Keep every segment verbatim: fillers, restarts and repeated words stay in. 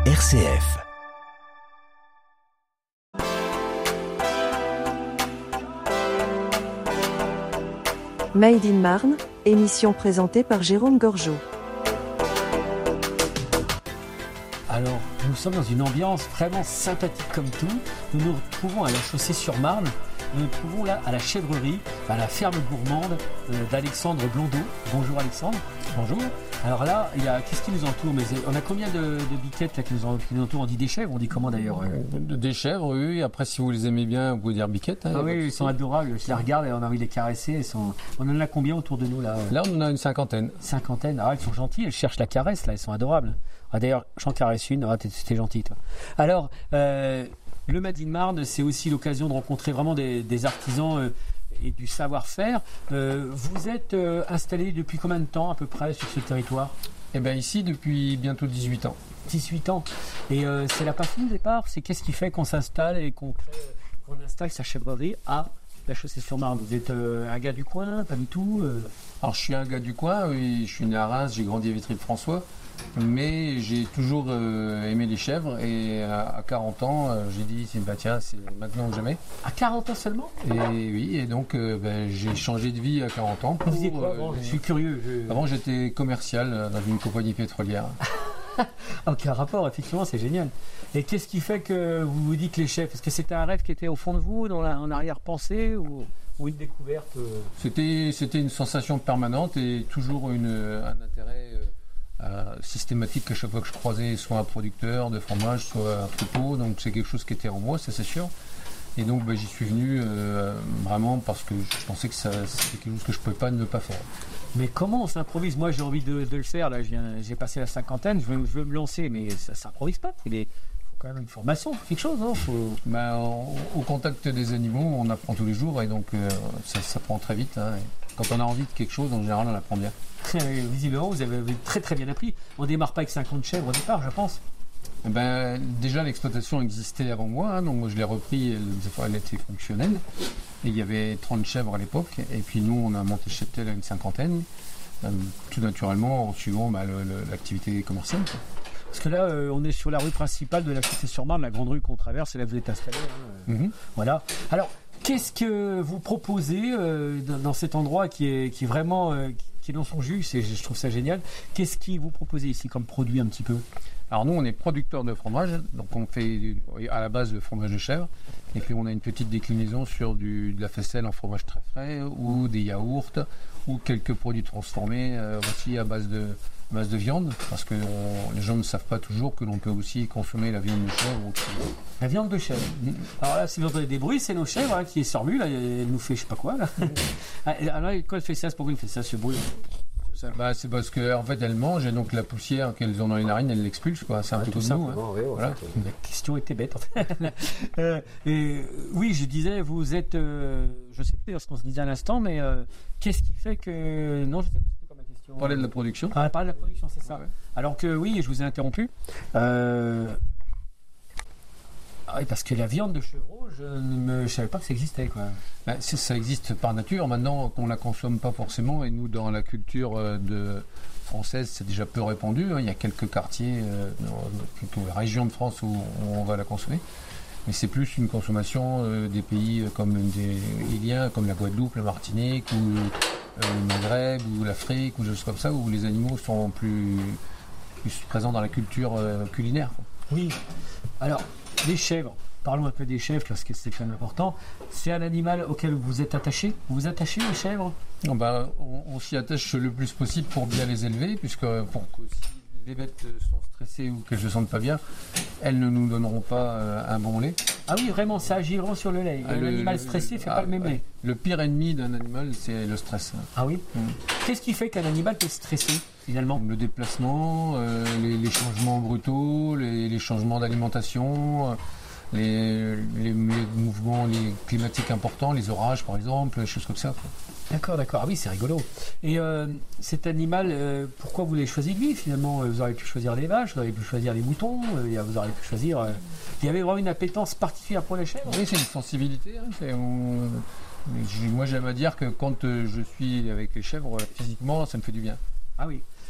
R C F. Made in Marne, émission présentée par Jérôme Gorgeau. Alors, nous sommes dans une ambiance vraiment sympathique comme tout. Nous nous retrouvons à la Chaussée-sur-Marne. Nous nous trouvons là à la chèvrerie, à la ferme gourmande euh, d'Alexandre Blondeau. Bonjour Alexandre. Bonjour. Alors là, il y a, qu'est-ce qui nous entoure? Mais on a combien de, de biquettes là, qui, nous en, qui nous entourent? On dit des chèvres, on dit comment d'ailleurs? Des chèvres, oui. Après, si vous les aimez bien, vous pouvez dire biquettes. Hein, ah oui, ils sont adorables. Je les regarde et on a envie de les caresser. Elles sont... On en a combien autour de nous là? Là, on en a une cinquantaine. Cinquantaine. Ah, elles sont gentilles. Elles cherchent la caresse là. Elles sont adorables. Ah, d'ailleurs, j'en caresse une. Ah, t'es, t'es gentil toi. Alors, euh, le Made in Marne, c'est aussi l'occasion de rencontrer vraiment des, des artisans euh, et du savoir-faire. Euh, vous êtes euh, installé depuis combien de temps à peu près sur ce territoire? Eh bien ici, depuis bientôt dix-huit ans. dix-huit ans. Et euh, c'est la passion au départ? C'est qu'est-ce qui fait qu'on s'installe et qu'on, crée, qu'on installe sa chèvrerie à la Chaussée-sur-Marne? Vous êtes euh, un gars du coin? Pas du tout euh... Alors je suis un gars du coin, oui, je suis né à Reims, j'ai grandi à Vitry-le-François. Mais j'ai toujours euh, aimé les chèvres et à, à quarante ans, euh, j'ai dit bah, tiens, c'est maintenant ou jamais. À quarante ans seulement? Et oui, et donc euh, bah, j'ai changé de vie à quarante ans. Vous faisiez quoi avant? Je suis curieux. Je... Avant, j'étais commercial dans une compagnie pétrolière. Aucun rapport, effectivement, c'est génial. Et qu'est-ce qui fait que vous vous dites que les chèvres, est-ce que c'était un rêve qui était au fond de vous, dans la, en arrière-pensée ou, ou une découverte? C'était, c'était une sensation permanente et toujours une, un intérêt Euh, systématique à chaque fois que je croisais soit un producteur de fromage, soit un troupeau, donc c'est quelque chose qui était en moi, ça c'est sûr. Et donc bah, j'y suis venu euh, vraiment parce que je pensais que ça, c'était quelque chose que je ne pouvais pas ne pas faire. Mais comment on s'improvise? Moi j'ai envie de, de le faire, là, je viens, j'ai passé la cinquantaine, je veux, je veux me lancer, mais ça ne s'improvise pas. Il faut quand même une formation, quelque chose, non? Faut... bah, en, au contact des animaux, on apprend tous les jours et donc euh, ça, ça prend très vite. Hein, quand on a envie de quelque chose, en général on apprend bien. Visiblement, vous avez très très bien appris. On démarre pas avec cinquante chèvres au départ, je pense. Eh ben, déjà, l'exploitation existait avant moi, hein, donc moi je l'ai repris, elle, elle était fonctionnelle. Et il y avait trente chèvres à l'époque, et puis nous on a monté le cheptel à une cinquantaine, euh, tout naturellement en suivant bah, le, le, l'activité commerciale. Quoi. Parce que là, euh, on est sur la rue principale de la Chaussée-sur-Marne, la grande rue qu'on traverse, et là vous êtes installé. Hein, euh, mm-hmm. Voilà. Alors, qu'est-ce que vous proposez euh, dans, dans cet endroit qui est, qui est vraiment... Euh, qui est dans son jus, c'est, je trouve ça génial. Qu'est-ce que vous proposez ici comme produit un petit peu? Alors nous, on est producteur de fromage, donc on fait à la base le fromage de chèvre, et puis on a une petite déclinaison sur du, de la faisselle en fromage très frais, ou des yaourts, ou quelques produits transformés euh, aussi à base de, à base de viande, parce que on, les gens ne savent pas toujours que l'on peut aussi consommer la viande de chèvre. Ou... La viande de chèvre. Alors là, si vous entendez des bruits, c'est nos chèvres hein, qui est sorbu, là, elle nous fait je sais pas quoi. Là. Alors quand elle fait ça, c'est pourquoi elle fait ça, ce bruit? Bah, c'est parce qu'en en fait elles mangent et donc la poussière qu'elles ont dans les narines elles l'expulsent quoi. C'est un ouais, peu comme nous. Hein. Oui, voilà. La question était bête. En fait. euh, et, oui, je disais, vous êtes, euh, je sais plus ce qu'on se disait à l'instant, mais euh, qu'est-ce qui fait que non, je sais plus c'était quoi ma question. Parler de la production. Ah, parler de la production, c'est ça. Ouais. Alors que oui, je vous ai interrompu. Euh... Ah oui, parce que la viande de chevreau, je ne savais pas que ça existait. Quoi. Ben, ça existe par nature. Maintenant, qu'on ne la consomme pas forcément. Et nous, dans la culture de française, c'est déjà peu répandu. Hein. Il y a quelques quartiers, euh, dans quelques régions de France où, où on va la consommer. Mais c'est plus une consommation euh, des pays comme des Iliens, comme la Guadeloupe, la Martinique, ou euh, le Maghreb, ou l'Afrique, ou des choses comme ça, où les animaux sont plus, plus présents dans la culture euh, culinaire. Quoi. Oui. Alors, les chèvres, parlons un peu des chèvres parce que c'est quand même important. C'est un animal auquel vous êtes attaché? Vous vous attachez aux chèvres? Non, ben, on, on s'y attache le plus possible pour bien les élever, puisque pour que si les bêtes sont stressées ou qu'elles ne se sentent pas bien, elles ne nous donneront pas euh, un bon lait. Ah oui, vraiment, ça agit vraiment sur le lait. Ah, un le, animal stressé ne fait ah, pas le même lait. Le pire ennemi d'un animal, c'est le stress. Ah oui mmh. Qu'est-ce qui fait qu'un animal peut stresser finalement? Le déplacement, euh, les, les changements brutaux, les, les changements d'alimentation, les, les, les mouvements les climatiques importants, les orages par exemple, des choses comme ça. Quoi. D'accord, d'accord. Ah oui, c'est rigolo. Et euh, cet animal, euh, pourquoi vous l'avez choisi lui finalement? Vous auriez pu choisir les vaches, vous auriez pu choisir les moutons, euh, vous auriez pu choisir... Euh... Il y avait vraiment une appétence particulière pour les chèvres? Oui, c'est une sensibilité. Hein, c'est, on... Moi, j'aime à dire que quand je suis avec les chèvres, physiquement, ça me fait du bien. Ah oui.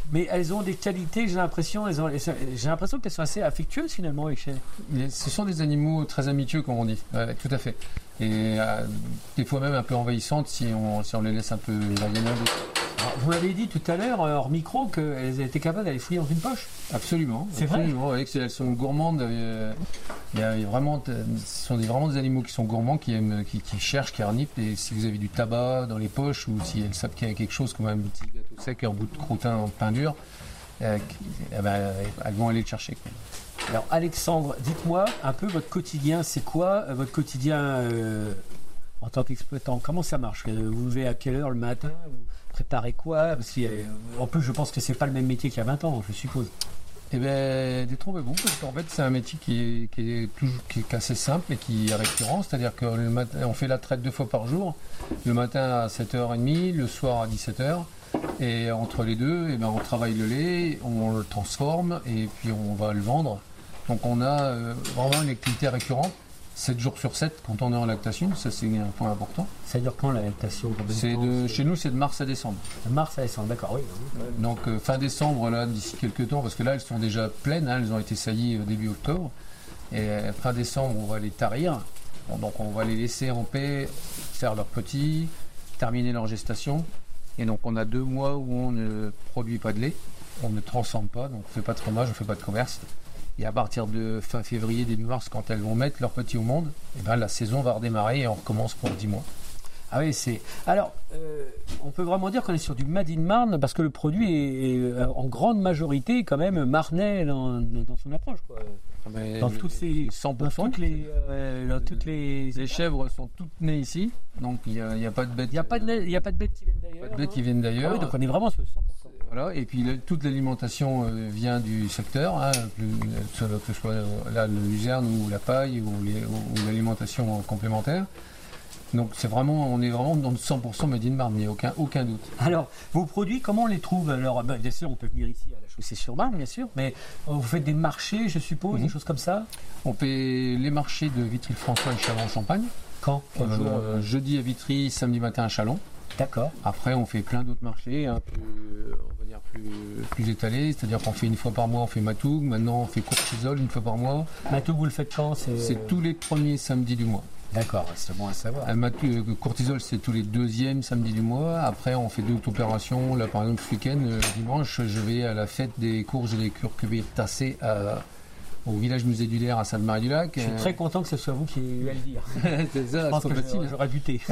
Mais elles ont des qualités, j'ai l'impression, elles ont, j'ai l'impression qu'elles sont assez affectueuses finalement, les chèvres. Ce sont des animaux très amitieux, comme on dit. Ouais, tout à fait. Et euh, des fois même un peu envahissantes si on, si on les laisse un peu vagabonder. Vous m'avez dit tout à l'heure, hors micro, qu'elles étaient capables d'aller fouiller dans une poche. Absolument. C'est absolument, vrai. Ouais, elles sont gourmandes. Euh, il y a vraiment, ce sont des, vraiment des animaux qui sont gourmands, qui aiment, qui, qui cherchent, qui arnippent. Et si vous avez du tabac dans les poches ou si elles savent qu'il y a quelque chose comme un petit gâteau sec, un bout de croûtin en pain dur, euh, eh ben, elles vont aller le chercher, quoi. Alors Alexandre, dites-moi un peu votre quotidien. C'est quoi euh, votre quotidien euh, en tant qu'exploitant? Comment ça marche? Vous vous levez à quelle heure le matin? Vous préparez quoi? Parce qu'en plus, je pense que c'est pas le même métier qu'il y a vingt ans, je suppose. Eh bien, détrompez-vous, parce qu'en fait, c'est un métier qui est, qui, est toujours, qui est assez simple et qui est récurrent. C'est-à-dire qu'on fait la traite deux fois par jour, le matin à sept heures trente, le soir à dix-sept heures. Et entre les deux, eh ben, on travaille le lait, on le transforme et puis on va le vendre. Donc on a euh, vraiment une activité récurrente, sept jours sur sept quand on est en lactation, ça c'est un point important. Ça dure quand la lactation? c'est de, Chez nous, c'est de mars à décembre. De mars à décembre, d'accord, oui. Donc euh, fin décembre, là, d'ici quelques temps, parce que là elles sont déjà pleines, hein, elles ont été saillies au début octobre. Et euh, fin décembre, on va les tarir. Bon, donc on va les laisser en paix, faire leurs petits, terminer leur gestation. Et donc on a deux mois où on ne produit pas de lait, on ne transforme pas, donc on ne fait pas de fromage, on ne fait pas de commerce. Et à partir de fin février, début mars, quand elles vont mettre leurs petits au monde, et ben la saison va redémarrer et on recommence pour dix mois. Ah oui, c'est. Alors, euh, on peut vraiment dire qu'on est sur du Made in Marne parce que le produit est, est en grande majorité quand même marnais dans, dans son approche, quoi. Mais Dans toutes ces, cent pour cent, dans toutes les, euh, dans toutes les. Les chèvres sont toutes nées ici, donc il n'y a, y a pas de bêtes. Il n'y a pas de, il y a pas de bêtes qui viennent d'ailleurs. Pas de bêtes hein. qui viennent d'ailleurs. Ah oui, donc on est vraiment sur cent pour cent. Voilà, et puis le, toute l'alimentation euh, vient du secteur, hein, plus, que ce soit euh, là le luzerne ou la paille ou, les, ou, ou l'alimentation complémentaire. Donc c'est vraiment, on est vraiment dans le cent pour cent Made in Marne, il n'y a aucun, aucun doute. Alors, vos produits, comment on les trouve? Alors, ben, bien sûr, on peut venir ici à la Chaussée-sur-Marne, bien sûr, mais euh, vous faites des marchés, je suppose, Mm-hmm. des choses comme ça? On fait les marchés de Vitry-le-François et Châlons-en-Champagne. Quand? Quel Euh, jour euh, jeudi à Vitry, samedi matin à Châlons. D'accord. Après, on fait plein d'autres marchés, un peu, on va dire plus, plus étalés, c'est-à-dire qu'on fait une fois par mois, on fait Matoug, maintenant on fait Courtisol une fois par mois. Matoug, vous le faites quand? C'est tous les premiers samedis du mois. D'accord, c'est bon à savoir. Euh, Matoug, Courtisol, c'est tous les deuxièmes samedis du mois. Après, on fait d'autres opérations. Là, par exemple, ce week-end, euh, dimanche, je vais à la fête des courges et des curcubier-tacées à au village musée du Lair à Sainte-Marie-du-Lac. Je suis très content que ce soit vous qui ayez eu à le dire. C'est ça, Je pense c'est que facile. j'aurais buté.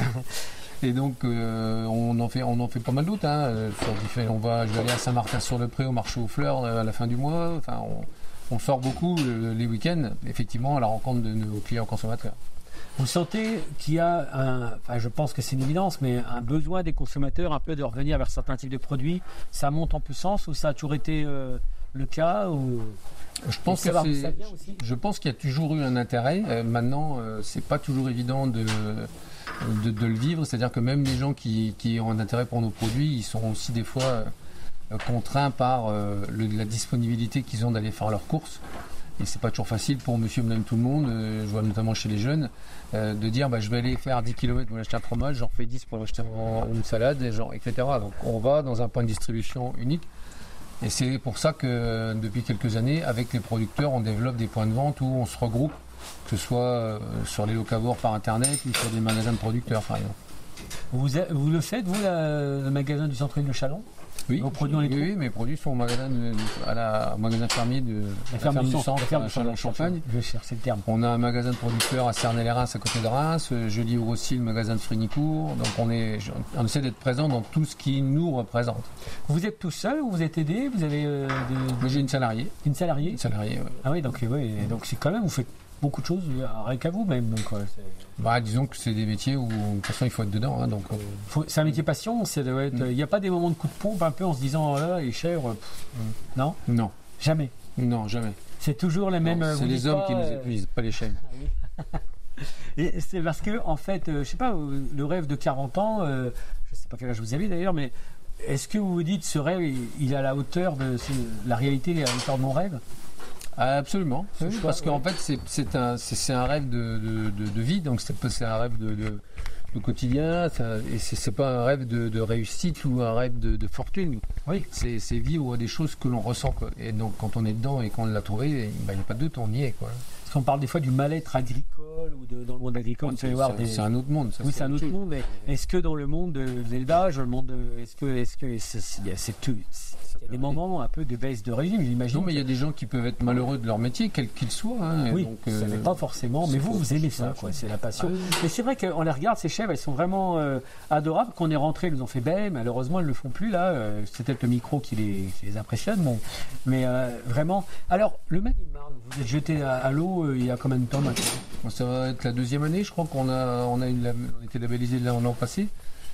Et donc euh, on en fait on en fait pas mal d'autres. Hein. Sur différents- on va je vais aller à Saint-Martin-sur-le-Pré au marché aux fleurs euh, à la fin du mois. Enfin on, on sort beaucoup euh, les week-ends, effectivement à la rencontre de nos clients consommateurs. Vous sentez qu'il y a un, enfin je pense que c'est une évidence, mais un besoin des consommateurs un peu de revenir vers certains types de produits. Ça monte en puissance ou ça a toujours été euh, le cas ou... Je pense, que savoir d'où c'est- ça vient aussi. je pense qu'il y a toujours eu un intérêt. Euh, maintenant, euh, c'est pas toujours évident de, de, de le vivre. C'est-à-dire que même les gens qui, qui ont un intérêt pour nos produits, ils sont aussi des fois euh, contraints par euh, le- la disponibilité qu'ils ont d'aller faire leurs courses. Et c'est pas toujours facile pour monsieur, madame, tout le monde, euh, je vois notamment chez les jeunes, euh, de dire bah, je vais aller faire dix kilomètres pour acheter un fromage, j'en fais dix pour acheter un- une salade, et, genre, et cetera. Donc on va dans un point de distribution unique. Et c'est pour ça que depuis quelques années, avec les producteurs, on développe des points de vente où on se regroupe, que ce soit euh, sur les locavores par internet ou sur des magasins de producteurs par exemple. Vous, a- vous le faites, vous, la- le magasin du centre-ville de Châlons? Oui, Vos produits, on les oui, trouve oui, mes produits sont au magasin, de- à la, au magasin fermier de La ferme du centre, la ferme à du centre. Châlons-Champagne. Je cherche le terme. On a un magasin de producteurs à Cernay-les-Reims à côté de Reims. Je livre aussi le magasin de Frignicourt. Donc on, est, on essaie d'être présent dans tout ce qui nous représente. Vous êtes tout seul ou vous êtes aidé? Vous avez euh, des- Moi j'ai une salariée. une salariée? Une salariée, ouais. Ah oui, donc, euh, ouais, donc c'est quand même, vous faites beaucoup de choses euh, rien qu'à vous même. Donc, ouais, c'est... Bah, disons que c'est des métiers où de toute façon il faut être dedans. Hein, donc, euh, Faut- c'est un métier passion. Il Mm. n'y a pas des moments de coup de pompe un peu en se disant oh là, les chèvres, pff, non, non, jamais. non, jamais. C'est toujours les mêmes. Non, euh, c'est vous les dites hommes pas, qui nous euh, épuisent, pas les chaînes. Et c'est parce que, en fait, euh, je sais pas, euh, le rêve de quarante ans, euh, je sais pas quel âge vous avez d'ailleurs, mais est-ce que vous vous dites ce rêve, il, il est à la hauteur de ce- la réalité, il est à la hauteur de mon rêve? Ah, absolument. Ce Oui, choix, parce qu'en ouais. fait, c'est, c'est, un, c'est, c'est un rêve de, de, de, de vie, donc c'est, c'est un rêve de, de, le quotidien, ça, et c'est, c'est pas un rêve de, de réussite ou un rêve de, de fortune. Oui. C'est, c'est vivre des choses que l'on ressent, quoi. Et donc quand on est dedans et qu'on l'a trouvé, il n'y a pas de doute, on y est, quoi. Parce qu'on parle des fois du mal-être agricole ou de, dans le monde agricole, c'est, c'est, des... c'est un autre monde. Ça, oui, c'est, c'est un autre chose. monde. Mais est-ce que dans le monde de l'élevage, le monde, de... est-ce que, est-ce que, c'est, c'est, c'est, c'est tout. Il y a des moments un peu de baisse de régime, j'imagine. Non, mais il y a des gens qui peuvent être malheureux de leur métier, quel qu'il soit. Hein, oui, donc, ça euh, n'est pas forcément, mais vous, vous aimez ça, quoi, c'est la passion. Ah, oui. Mais c'est vrai qu'on les regarde, ces chèvres, elles sont vraiment euh, adorables. Quand on est rentré, elles nous ont fait belle, malheureusement, elles ne le font plus, là. Euh, c'est peut-être le micro qui les, qui les impressionne, bon. Mais euh, vraiment. Alors, le Made in Marne, vous êtes jeté à, à l'eau euh, il y a combien de temps maintenant? Ça va être la deuxième année, je crois qu'on a, on a, eu la, on a été labellisé l'an, l'an passé.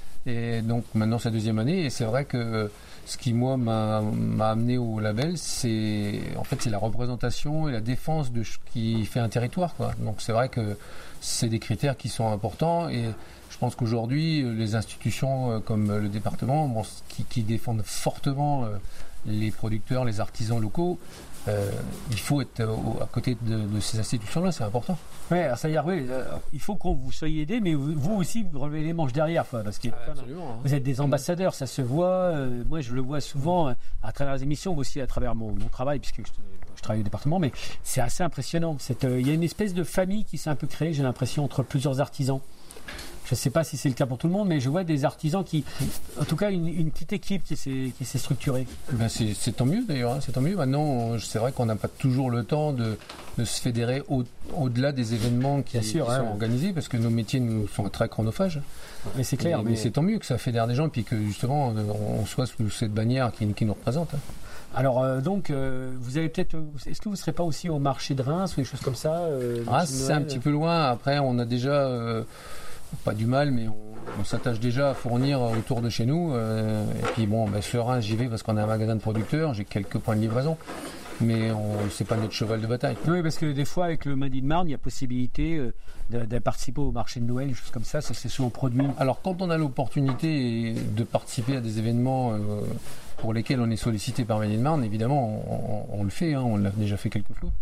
Et donc maintenant c'est la deuxième année, et c'est vrai que ce qui moi m'a, m'a amené au label, c'est en fait c'est la représentation et la défense de ce qui fait un territoire, quoi. Donc c'est vrai que c'est des critères qui sont importants, et je pense qu'aujourd'hui les institutions comme le département, bon, qui, qui défendent fortement les producteurs, les artisans locaux, euh, il faut être au, à côté de, de ces institutions-là, c'est important. Oui, alors ça veut dire, oui, euh, il faut qu'on vous soyez aidés, mais vous, vous aussi, vous relevez les manches derrière, quoi, parce que ah, absolument, vous êtes des ambassadeurs, ça se voit. Euh, moi, je le vois souvent euh, à travers les émissions, mais aussi à travers mon, mon travail, puisque je, je travaille au département, mais c'est assez impressionnant. Il euh, y a une espèce de famille qui s'est un peu créée, j'ai l'impression, entre plusieurs artisans. Je ne sais pas si c'est le cas pour tout le monde, mais je vois des artisans qui, en tout cas, une, une petite équipe qui s'est, qui s'est structurée. Ben c'est, c'est tant mieux d'ailleurs, hein, c'est tant mieux. Maintenant, c'est vrai qu'on n'a pas toujours le temps de, de se fédérer au, au-delà des événements qui, sûr, qui hein, sont organisés, parce que nos métiers nous sont très chronophages. Mais c'est clair. Mais, mais... mais c'est tant mieux que ça fédère des gens, puis que justement, on soit sous cette bannière qui, qui nous représente. Hein. Alors euh, donc, euh, vous avez peut-être, est-ce que vous ne serez pas aussi au marché de Reims ou des choses comme ça euh, Ah, c'est un petit peu loin. Après, on a déjà. Euh, pas du mal, mais on, on s'attache déjà à fournir autour de chez nous. Euh, et puis bon, ben, sur Reims, j'y vais parce qu'on a un magasin de producteurs, j'ai quelques points de livraison, mais on, c'est pas notre cheval de bataille. Oui, parce que des fois, avec le Made in Marne, il y a possibilité euh, de, de participer au marché de Noël, des choses comme ça, ça c'est souvent produit. Alors quand on a l'opportunité de participer à des événements euh, pour lesquels on est sollicité par Made in Marne, évidemment, on, on, on le fait, hein, on l'a déjà fait quelques fois.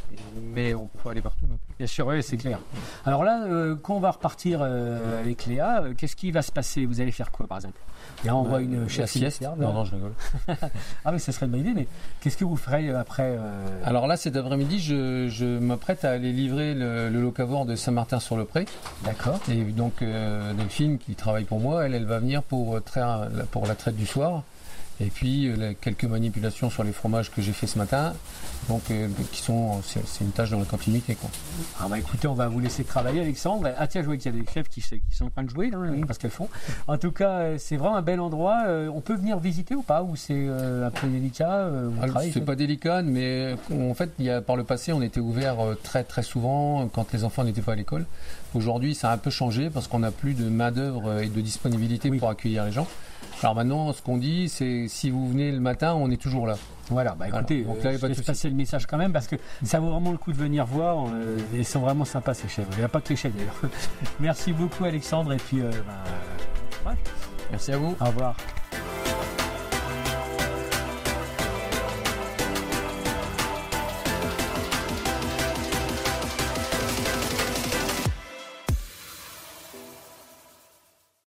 Mais on peut pas aller partout non plus. Bien sûr, oui, c'est clair. Alors là, euh, quand on va repartir euh, avec Léa, euh, qu'est-ce qui va se passer? Vous allez faire quoi, par exemple? Là, on bah, voit une chez la sieste. Non, non, je rigole. Ah, mais ça serait une bonne idée, mais qu'est-ce que vous ferez après euh... Alors là, cet après-midi, je, je m'apprête à aller livrer le, le locavore de Saint-Martin-sur-le-Pré. D'accord. Et donc, euh, Delphine, qui travaille pour moi, elle, elle va venir pour, traire, pour la traite du soir. Et puis euh, quelques manipulations sur les fromages que j'ai fait ce matin, donc euh, qui sont, c'est, c'est une tâche dans la continuité, quoi. Ah bah écoutez, on va vous laisser travailler, Alexandre. Ah tiens, je vois qu'il y a des chefs qui, qui sont en train de jouer, là, oui. Parce qu'elles font. En tout cas, c'est vraiment un bel endroit. On peut venir visiter ou pas? Ou c'est euh, un peu délicat? Alors, c'est pas délicat, mais en fait, il y a, par le passé, on était ouvert très très souvent quand les enfants n'étaient pas à l'école. Aujourd'hui, ça a un peu changé parce qu'on n'a plus de main d'œuvre et de disponibilité oui. pour accueillir les gens. Alors maintenant, ce qu'on dit, c'est si vous venez le matin, on est toujours là. Voilà, bah écoutez, voilà. Donc là, euh, je vais passer le message quand même parce que ça vaut vraiment le coup de venir voir. Euh, ils sont vraiment sympas ces chèvres. Il n'y a pas que les chèvres d'ailleurs. Merci beaucoup Alexandre et puis euh, bah, ouais. Merci à vous. Au revoir.